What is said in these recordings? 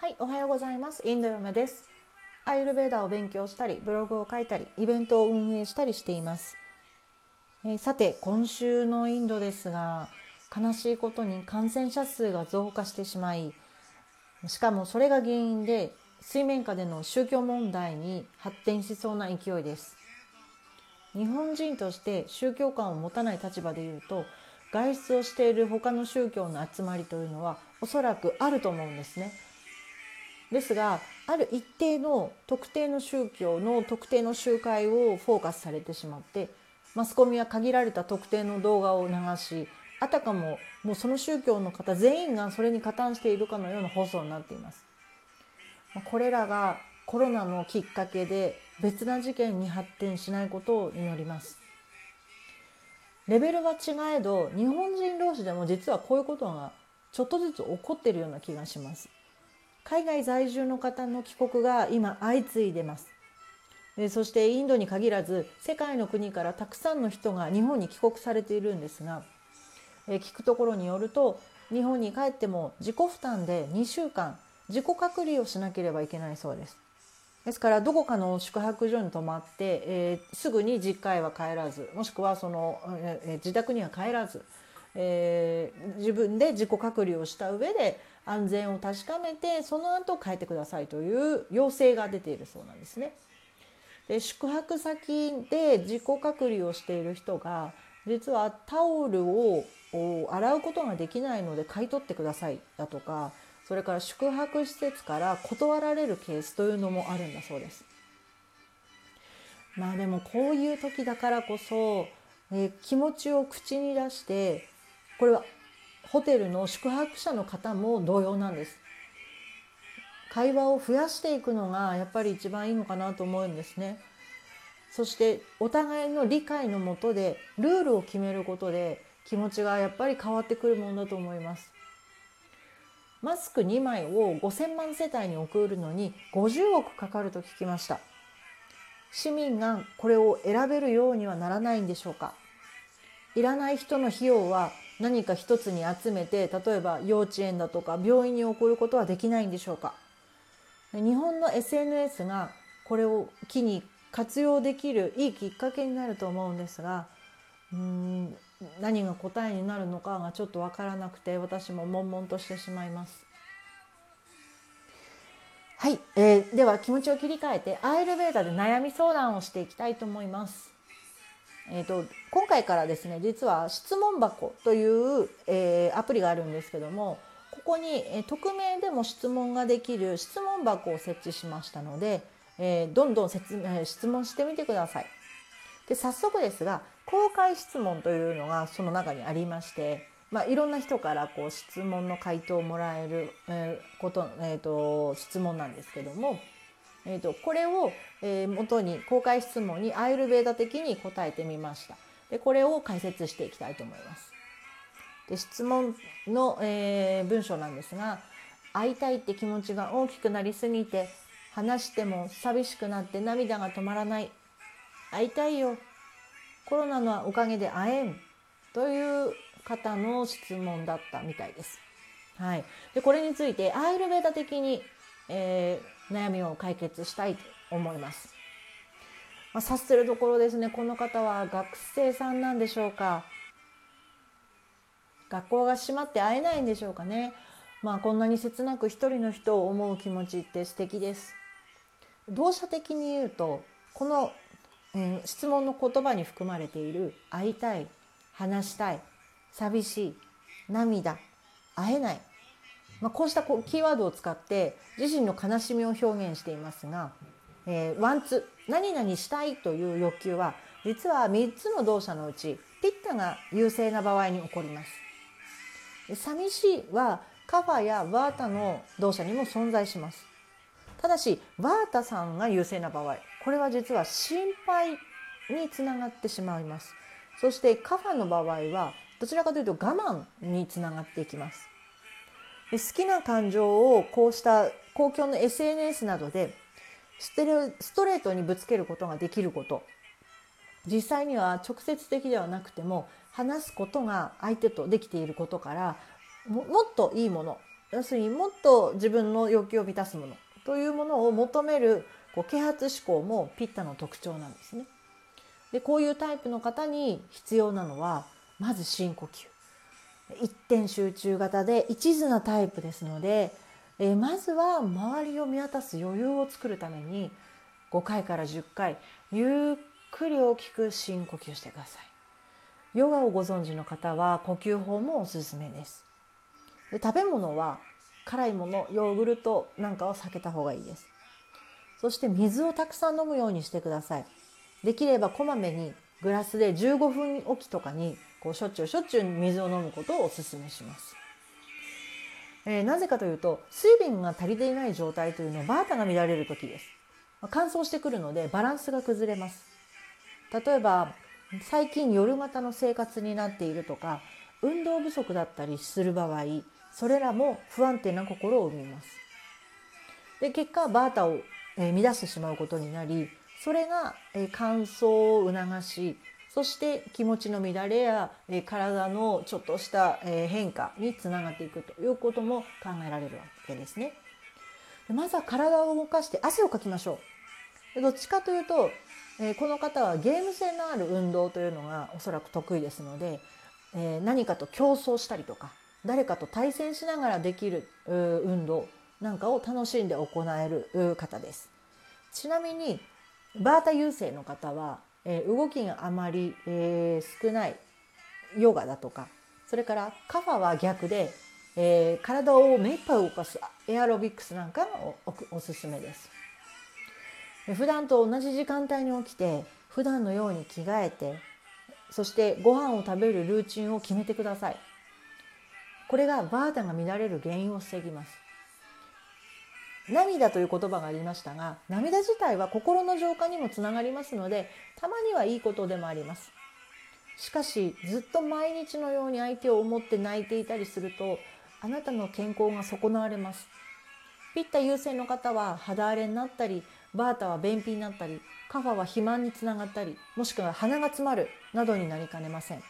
はい、おはようございます。インド嫁です。アイルベーダを勉強したり、ブログを書いたり、イベントを運営したりしています。さて、今週のインドですが、悲しいことに感染者数が増加してしまい、しかもそれが原因で水面下での宗教問題に発展しそうな勢いです。日本人として宗教観を持たない立場でいうと、外出をしている他の宗教の集まりというのはおそらくあると思うんですね。ですが、ある一定の特定の宗教の特定の集会をフォーカスされてしまって、マスコミは限られた特定の動画を流し、あたかももうその宗教の方全員がそれに加担しているかのような放送になっています。これらがコロナのきっかけで別な事件に発展しないことを祈ります。レベルは違えど、日本人同士でも実はこういうことがちょっとずつ起こっているような気がします。海外在住の方の帰国が今相次いでます。そしてインドに限らず世界の国からたくさんの人が日本に帰国されているんですが、聞くところによると、日本に帰っても自己負担で2週間自己隔離をしなければいけないそうです。ですからどこかの宿泊所に泊まって、すぐに実家へは帰らず、もしくはその、自宅には帰らず、自分で自己隔離をした上で安全を確かめて、その後帰ってくださいという要請が出ているそうなんですね。で、宿泊先で自己隔離をしている人が、実はタオルを洗うことができないので買い取ってくださいだとか、それから宿泊施設から断られるケースというのもあるんだそうです。でもこういう時だからこそ、気持ちを口に出して、これはホテルの宿泊者の方も同様なんです。会話を増やしていくのがやっぱり一番いいのかなと思うんですね。そしてお互いの理解のもとでルールを決めることで気持ちがやっぱり変わってくるものだと思います。マスク2枚を5000万世帯に送るのに50億かかると聞きました。市民がこれを選べるようにはならないんでしょうか。いらない人の費用は何か一つに集めて、例えば幼稚園だとか病院に送ることはできないんでしょうか。日本の SNS がこれを機に活用できるいいきっかけになると思うんですが、何が答えになるのかがちょっと分からなくて、私も悶々としてしまいます。はい、では気持ちを切り替えてアイルベーダで悩み相談をしていきたいと思います。今回からですね、実は質問箱という、アプリがあるんですけども、ここに、匿名でも質問ができる質問箱を設置しましたので、どんどん質問してみてください。で、早速ですが、公開質問というのがその中にありまして、いろんな人から質問の回答をもらえる、質問なんですけども、これを、元に公開質問にアイルベーダ的に答えてみました。で、これを解説していきたいと思います。で、質問の、文章なんですが、会いたいって気持ちが大きくなりすぎて、話しても寂しくなって涙が止まらない。会いたいよ。コロナのおかげで会えん。という方の質問だったみたいです。はい。で、これについてアイルベーダ的に、悩みを解決したいと思います。察するところですね、この方は学生さんなんでしょうか。学校が閉まって会えないんでしょうかね。こんなに切なく一人の人を思う気持ちって素敵です。動詞的に言うと、この、質問の言葉に含まれている会いたい、話したい、寂しい、涙、会えない、こうしたキーワードを使って自身の悲しみを表現していますが、ワンツ、何々したいという欲求は実は3つの動作のうちピッタが優勢な場合に起こります。寂しいはカファやワータの動作にも存在します。ただしワータさんが優勢な場合、これは実は心配につながってしまいます。そしてカファの場合はどちらかというと我慢につながっていきます。好きな感情をこうした公共の SNS などでストレートにぶつけることができること、実際には直接的ではなくても話すことが相手とできていることから、もっといいもの、 要するにもっと自分の欲求を満たすものというものを求める啓発思考もピッタの特徴なんですね。でこういうタイプの方に必要なのはまず深呼吸。一点集中型で一途なタイプですので、まずは周りを見渡す余裕を作るために5回から10回ゆっくり大きく深呼吸してください。ヨガをご存知の方は呼吸法もおすすめです。で食べ物は辛いもの、ヨーグルトなんかを避けた方がいいです。そして水をたくさん飲むようにしてください。できればこまめにグラスで15分おきとかにしょっちゅう水を飲むことをおすすめします。なぜかというと水分が足りていない状態というのはバータが乱れる時です。乾燥してくるのでバランスが崩れます。例えば最近夜型の生活になっているとか運動不足だったりする場合、それらも不安定な心を生みます。で結果バータを乱してしまうことになり、それが乾燥を促し、そして気持ちの乱れや体のちょっとした変化につながっていくということも考えられるわけですね。まずは体を動かして汗をかきましょう。どっちかというとこの方はゲーム性のある運動というのがおそらく得意ですので、何かと競争したりとか誰かと対戦しながらできる運動なんかを楽しんで行える方です。ちなみにバータ優勢の方は動きがあまり少ないヨガだとか、それからカファは逆で体を目いっぱい動かすエアロビクスなんかがおすすめです。普段と同じ時間帯に起きて普段のように着替えて、そしてご飯を食べるルーチンを決めてください。これがバータが乱れる原因を防ぎます。涙という言葉がありましたが、涙自体は心の浄化にもつながりますので、たまにはいいことでもあります。しかしずっと毎日のように相手を思って泣いていたりすると、あなたの健康が損なわれます。ピッタ優勢の方は肌荒れになったり、バータは便秘になったり、カファは肥満につながったり、もしくは鼻が詰まるなどになりかねません。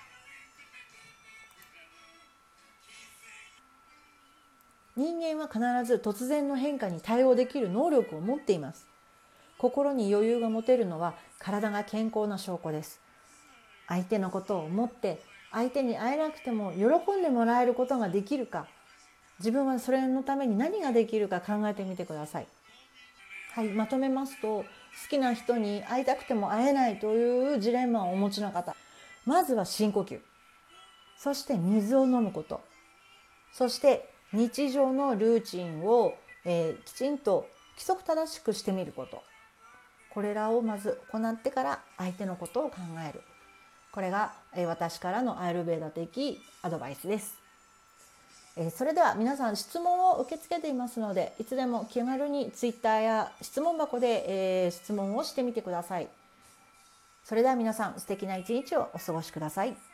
人間は必ず突然の変化に対応できる能力を持っています。心に余裕が持てるのは体が健康な証拠です。相手のことを思って相手に会えなくても喜んでもらえることができるか、自分はそれのために何ができるか考えてみてください。はい、まとめますと、好きな人に会いたくても会えないというジレンマをお持ちの方、まずは深呼吸、そして水を飲むこと、そして日常のルーチンを、きちんと規則正しくしてみること、これらをまず行ってから相手のことを考える。これが、私からのアーユルヴェーダ的アドバイスです。それでは皆さん質問を受け付けていますので、いつでも気軽にツイッターや質問箱で、質問をしてみてください。それでは皆さん素敵な一日をお過ごしください。